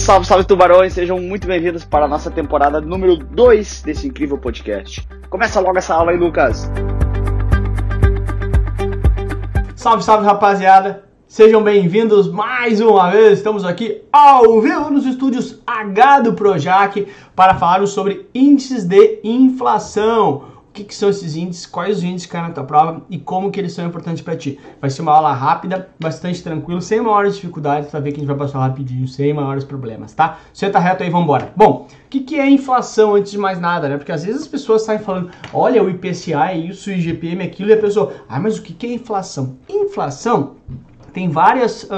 Salve, salve tubarões, sejam muito bem-vindos para a nossa temporada número 2 desse incrível podcast. Começa logo essa aula aí, Lucas. Salve, salve rapaziada, sejam bem-vindos mais uma vez, estamos aqui ao vivo nos estúdios H do Projac para falarmos sobre índices de inflação. O que são esses índices, quais os índices que caem na tua prova e como que eles são importantes para ti. Vai ser uma aula rápida, bastante tranquilo, sem maiores dificuldades, para ver que a gente vai passar rapidinho, sem maiores problemas, tá? Senta reto aí, vambora. Bom, o que é inflação antes de mais nada, né? Porque às vezes as pessoas saem falando, olha, o IPCA é isso, o IGPM é aquilo, e a pessoa, mas o que é inflação? Inflação tem várias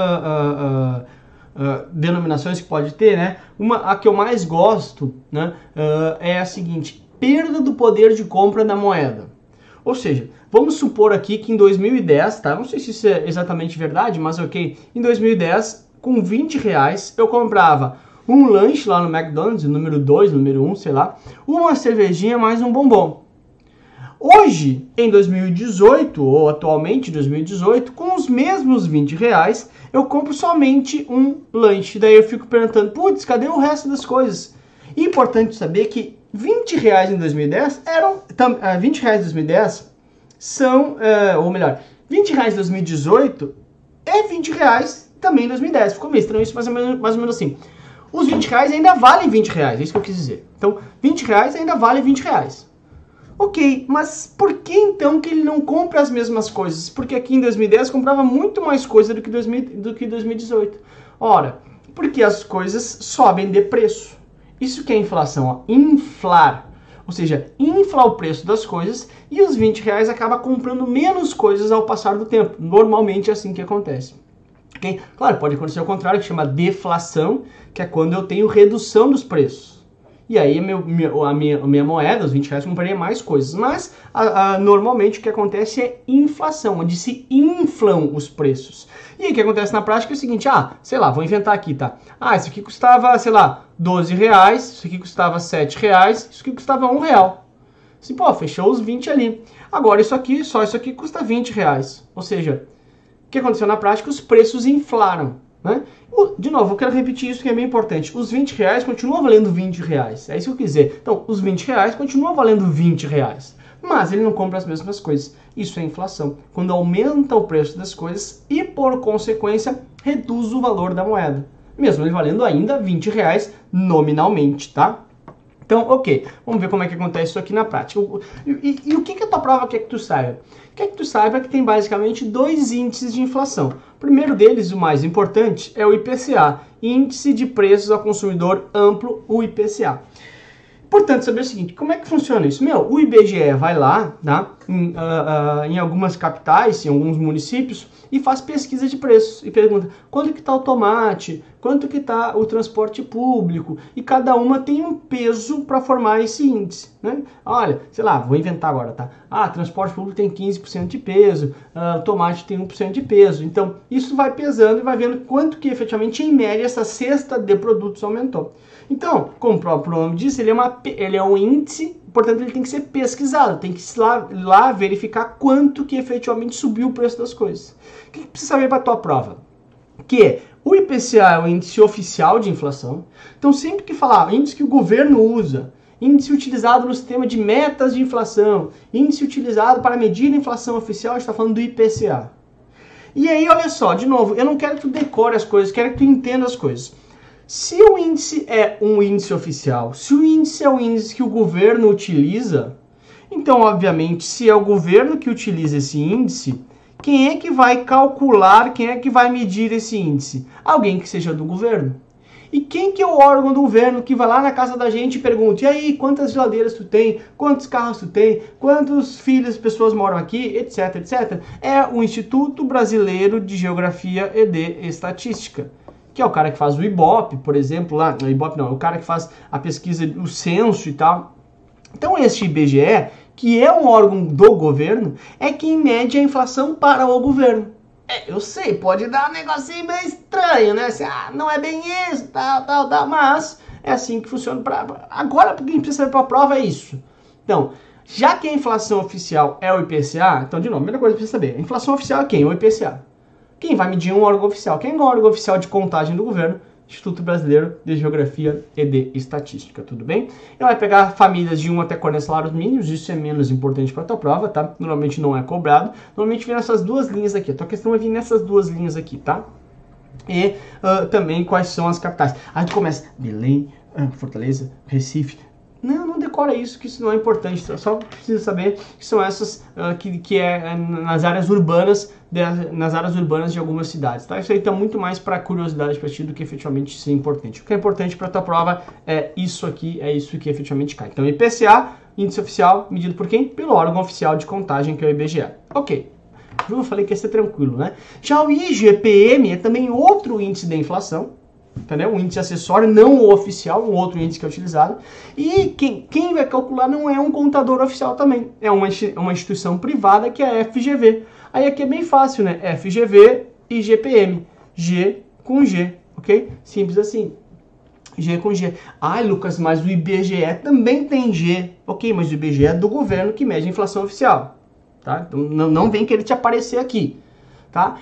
denominações que pode ter, né? A que eu mais gosto, né, é a seguinte: perda do poder de compra da moeda. Ou seja, vamos supor aqui que em 2010, tá? Não sei se isso é exatamente verdade, mas ok. Em 2010, com 20 reais, eu comprava um lanche lá no McDonald's, número 2, número 1, sei lá, uma cervejinha mais um bombom. Hoje, em 2018, ou atualmente em 2018, com os mesmos 20 reais, eu compro somente um lanche. Daí eu fico perguntando, putz, cadê o resto das coisas? E importante saber que 20 reais em 2010 20 reais em 2010 são, ou melhor, 20 reais em 2018 é 20 reais também em 2010. Ficou meio estranho isso, mais ou menos assim. Os 20 reais ainda valem 20 reais, é isso que eu quis dizer. Então, 20 reais ainda vale 20 reais. Ok, mas por que então que ele não compra as mesmas coisas? Porque aqui em 2010 comprava muito mais coisa do que 2018. Ora, porque as coisas sobem de preço. Isso que é inflação, ó, inflar. Ou seja, infla o preço das coisas e os 20 reais acaba comprando menos coisas ao passar do tempo. Normalmente é assim que acontece. Okay? Claro, pode acontecer ao contrário, que chama deflação, que é quando eu tenho redução dos preços. E aí a minha moeda, os 20 reais, compraria mais coisas. Mas normalmente o que acontece é inflação, onde se inflam os preços. E aí o que acontece na prática é o seguinte, sei lá, vou inventar aqui, tá? Isso aqui custava, sei lá, 12 reais, isso aqui custava 7 reais, isso aqui custava 1 real. Assim, fechou os 20 ali. Agora isso aqui custa 20 reais. Ou seja, o que aconteceu na prática? Os preços inflaram, né? De novo, eu quero repetir isso que é bem importante. Os 20 reais continuam valendo 20 reais. É isso que eu quis dizer. Então, os 20 reais continuam valendo 20 reais. Mas ele não compra as mesmas coisas. Isso é inflação. Quando aumenta o preço das coisas e, por consequência, reduz o valor da moeda. Mesmo ele valendo ainda 20 reais nominalmente, tá? Então, ok. Vamos ver como é que acontece isso aqui na prática. E o que a tua prova quer que tu saiba? Quer que tu saiba que tem basicamente dois índices de inflação. O primeiro deles, o mais importante, é o IPCA, Índice de Preços ao Consumidor Amplo, o IPCA. Importante saber o seguinte, como é que funciona isso? O IBGE vai lá, tá, em algumas capitais, em alguns municípios, e faz pesquisa de preços e pergunta quanto que está o tomate, quanto que está o transporte público, e cada uma tem um peso para formar esse índice, né? Olha, sei lá, vou inventar agora, tá? Transporte público tem 15% de peso, tomate tem 1% de peso. Então, isso vai pesando e vai vendo quanto que efetivamente, em média, essa cesta de produtos aumentou. Então, como o próprio nome diz, ele é um índice, portanto ele tem que ser pesquisado, tem que ir lá verificar quanto que efetivamente subiu o preço das coisas. O que precisa saber para a tua prova? Que o IPCA é o índice oficial de inflação, então sempre que falar índice que o governo usa, índice utilizado no sistema de metas de inflação, índice utilizado para medir a inflação oficial, a gente está falando do IPCA. E aí, olha só, de novo, eu não quero que tu decore as coisas, quero que tu entenda as coisas. Se o índice é um índice oficial, se o índice é um índice que o governo utiliza, então, obviamente, se é o governo que utiliza esse índice, quem é que vai calcular, quem é que vai medir esse índice? Alguém que seja do governo. E quem que é o órgão do governo que vai lá na casa da gente e pergunta, e aí, quantas geladeiras tu tem, quantos carros tu tem, quantos filhos, pessoas moram aqui, etc, etc. É o Instituto Brasileiro de Geografia e de Estatística, que é o cara que faz o IBOP, por exemplo, lá, o IBOP não, é o cara que faz a pesquisa, o censo e tal. Então este IBGE, que é um órgão do governo, é quem mede a inflação para o governo. Eu sei, pode dar um negocinho meio estranho, né? Assim, não é bem isso, tal, mas é assim que funciona. Agora, o que a gente precisa saber para a prova é isso. Então, já que a inflação oficial é o IPCA, então, de novo, a primeira coisa que precisa saber, a inflação oficial é quem? O IPCA. Quem vai medir um órgão oficial? Quem é o órgão oficial de contagem do governo? Instituto Brasileiro de Geografia e de Estatística, tudo bem? Ela vai pegar famílias de 1 até 40 salários mínimos, isso é menos importante para a tua prova, tá? Normalmente não é cobrado, normalmente vem nessas duas linhas aqui, a tua questão vai vir nessas duas linhas aqui, tá? E também quais são as capitais. Aí tu começa, Belém, Fortaleza, Recife. Não decora isso, que isso não é importante. Só precisa saber que são essas que é nas áreas urbanas de algumas cidades, tá? Isso aí tá muito mais para curiosidade para ti do que efetivamente ser importante. O que é importante para tua prova é isso aqui, é isso que efetivamente cai. Então, IPCA, índice oficial, medido por quem? Pelo órgão oficial de contagem, que é o IBGE. Ok. Eu falei que ia ser tranquilo, né? Já o IGPM é também outro índice da inflação, entendeu? Um índice acessório, não o oficial, um outro índice que é utilizado. E quem vai calcular não é um contador oficial também, é uma instituição privada que é a FGV. Aí aqui é bem fácil, né? FGV e IGPM, G com G, ok? Simples assim. G com G. Ai, Lucas, mas o IBGE também tem G. Ok, mas o IBGE é do governo que mede a inflação oficial. Tá? Então, não vem querer te aparecer aqui. Tá?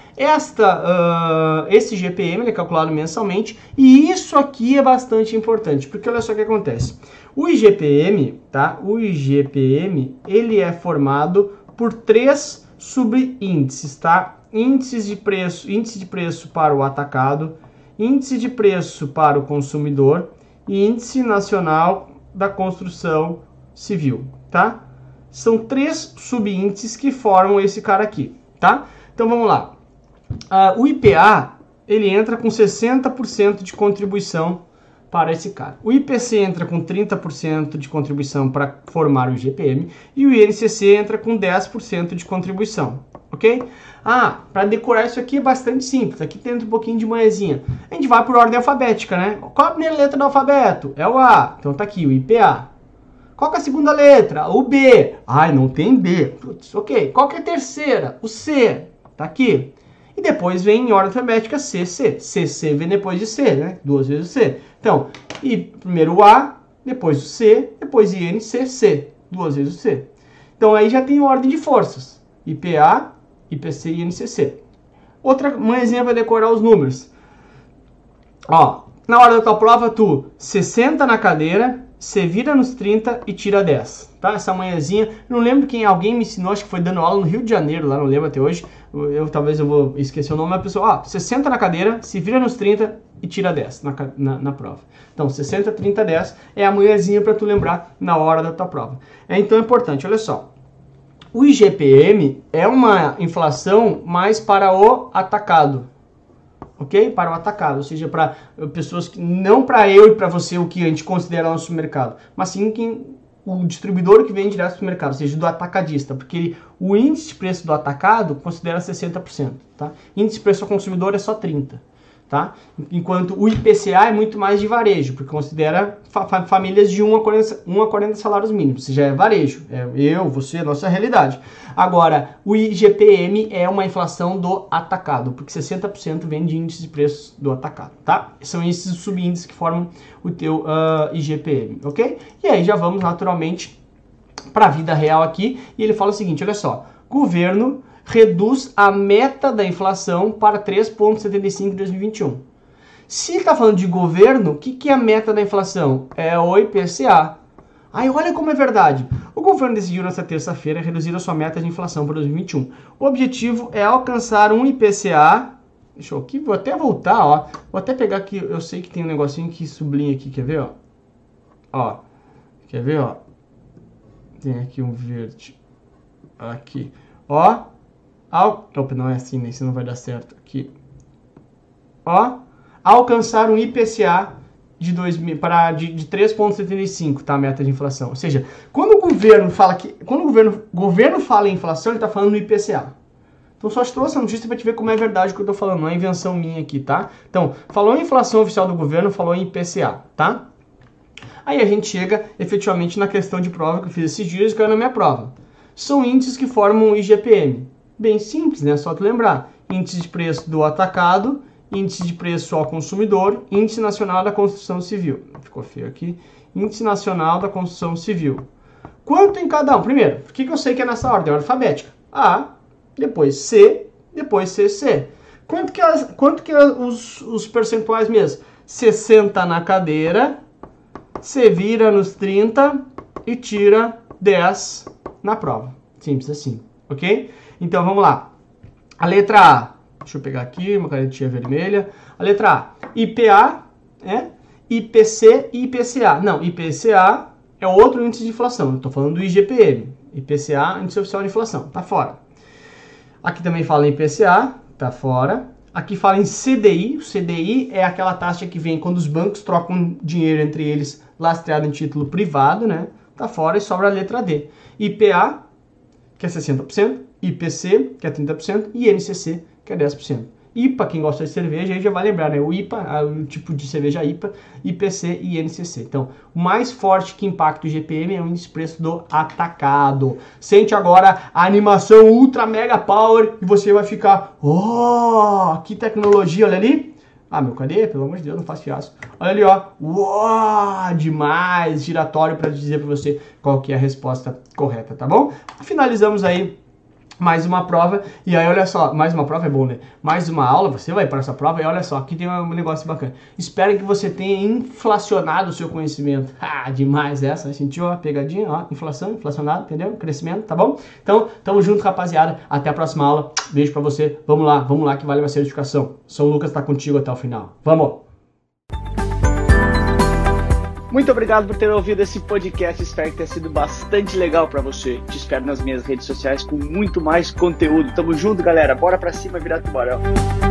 Esse GPM ele é calculado mensalmente e isso aqui é bastante importante, porque olha só o que acontece. O IGPM, tá? O IGPM ele é formado por 3 subíndices, tá? Índice de preço para o atacado, índice de preço para o consumidor e índice nacional da construção civil, tá? São 3 subíndices que formam esse cara aqui, tá? Então vamos lá. O IPA, ele entra com 60% de contribuição para esse cara. O IPC entra com 30% de contribuição para formar o IGPM e o INCC entra com 10% de contribuição, ok? Para decorar isso aqui é bastante simples. Aqui tem um pouquinho de manhãzinha. A gente vai por ordem alfabética, né? Qual a primeira letra do alfabeto? É o A. Então tá aqui, o IPA. Qual que é a segunda letra? O B. Ai, não tem B. Putz, ok. Qual que é a terceira? O C. Tá aqui. E depois vem em ordem alfabética CC. CC vem depois de C, né? 2 vezes o C. Então, primeiro o A, depois o C, depois INCC. 2 vezes o C. Então aí já tem ordem de forças. IPA, IPC e INCC. Outra manhãzinha para decorar os números. Ó, na hora da tua prova, tu 60 na cadeira, você vira nos 30 e tira 10, tá? Essa manhãzinha, não lembro alguém me ensinou, acho que foi dando aula no Rio de Janeiro, lá não lembro até hoje, talvez eu vou esquecer o nome, mas a pessoa, 60 na cadeira, se vira nos 30 e tira 10 na prova. Então, 60, 30, 10 é a manhãzinha para tu lembrar na hora da tua prova. Então é importante, olha só, o IGPM é uma inflação mais para o atacado, ok? Para o atacado, ou seja, para pessoas que não para eu e para você o que a gente considera no supermercado, mas sim o distribuidor que vende direto do supermercado, ou seja, do atacadista, porque o índice de preço do atacado considera 60%, tá? Índice de preço ao consumidor é só 30%, tá? Enquanto o IPCA é muito mais de varejo, porque considera famílias de 1 a 40 salários mínimos, ou seja, é varejo, você, nossa realidade. Agora, o IGPM é uma inflação do atacado, porque 60% vem de índice de preços do atacado, tá? São esses subíndices que formam o teu IGPM, ok? E aí já vamos naturalmente para a vida real aqui, e ele fala o seguinte, olha só, governo reduz a meta da inflação para 3,75 em 2021. Se está falando de governo, o que é a meta da inflação? É o IPCA. Aí olha como é verdade. O governo decidiu nesta terça-feira reduzir a sua meta de inflação para 2021. O objetivo é alcançar um IPCA... Deixa eu aqui, vou até voltar, ó. Vou até pegar aqui, eu sei que tem um negocinho que sublinha aqui, quer ver, ó? Ó, quer ver, ó? Tem aqui um verde. Aqui, ó. Opa, não é assim, né? Isso não vai dar certo. Aqui. Ó. Alcançar um IPCA de 3,75, tá? A meta de inflação. Ou seja, quando o governo fala governo fala em inflação, ele está falando no IPCA. Então só te trouxe a notícia para te ver como é verdade o que eu estou falando, não é invenção minha aqui, tá? Então, falou em inflação oficial do governo, falou em IPCA, tá? Aí a gente chega efetivamente na questão de prova que eu fiz esses dias e caiu na minha prova. São índices que formam o IGPM. Bem simples, né? Só te lembrar. Índice de preço do atacado, índice de preço ao consumidor, índice nacional da construção civil. Ficou feio aqui. Índice nacional da construção civil. Quanto em cada um? Primeiro, o que eu sei que é nessa ordem? Alfabética. A, depois C, depois CC. Quanto que é os percentuais mesmo? 60 na cadeira, você vira nos 30 e tira 10 na prova. Simples assim, ok? Então vamos lá. A letra A, deixa eu pegar aqui uma canetinha vermelha. A letra A, IPA, IPC e IPCA. Não, IPCA é outro índice de inflação. Eu estou falando do IGPM. IPCA, índice oficial de inflação, tá fora. Aqui também fala em IPCA, tá fora. Aqui fala em CDI. O CDI é aquela taxa que vem quando os bancos trocam dinheiro entre eles lastreado em título privado, né? Tá fora e sobra a letra D. IPA, que é 60%, IPC, que é 30%, e INCC, que é 10%. IPA, quem gosta de cerveja, aí já vai lembrar, né? O IPA, o tipo de cerveja IPA, IPC e INCC. Então, o mais forte que impacta o GPM é o índice de preço do atacado. Sente agora a animação Ultra Mega Power e você vai ficar, oh, que tecnologia, olha ali. Ah, meu, cadê? Pelo amor de Deus, não faz fiasco. Olha ali, ó. Uau, demais, giratório para dizer para você qual que é a resposta correta, tá bom? Finalizamos aí mais uma prova, e aí olha só, mais uma prova é bom, né? Mais uma aula, você vai para essa prova e olha só, aqui tem um negócio bacana. Espero que você tenha inflacionado o seu conhecimento. Ah, demais essa, sentiu a pegadinha? Ó, inflação, inflacionado, entendeu? Crescimento, tá bom? Então, tamo junto, rapaziada. Até a próxima aula. Beijo pra você. Vamos lá que vale uma certificação. São Lucas tá contigo até o final. Vamos! Muito obrigado por ter ouvido esse podcast, espero que tenha sido bastante legal pra você. Te espero nas minhas redes sociais com muito mais conteúdo. Tamo junto, galera, bora pra cima virar tubarão.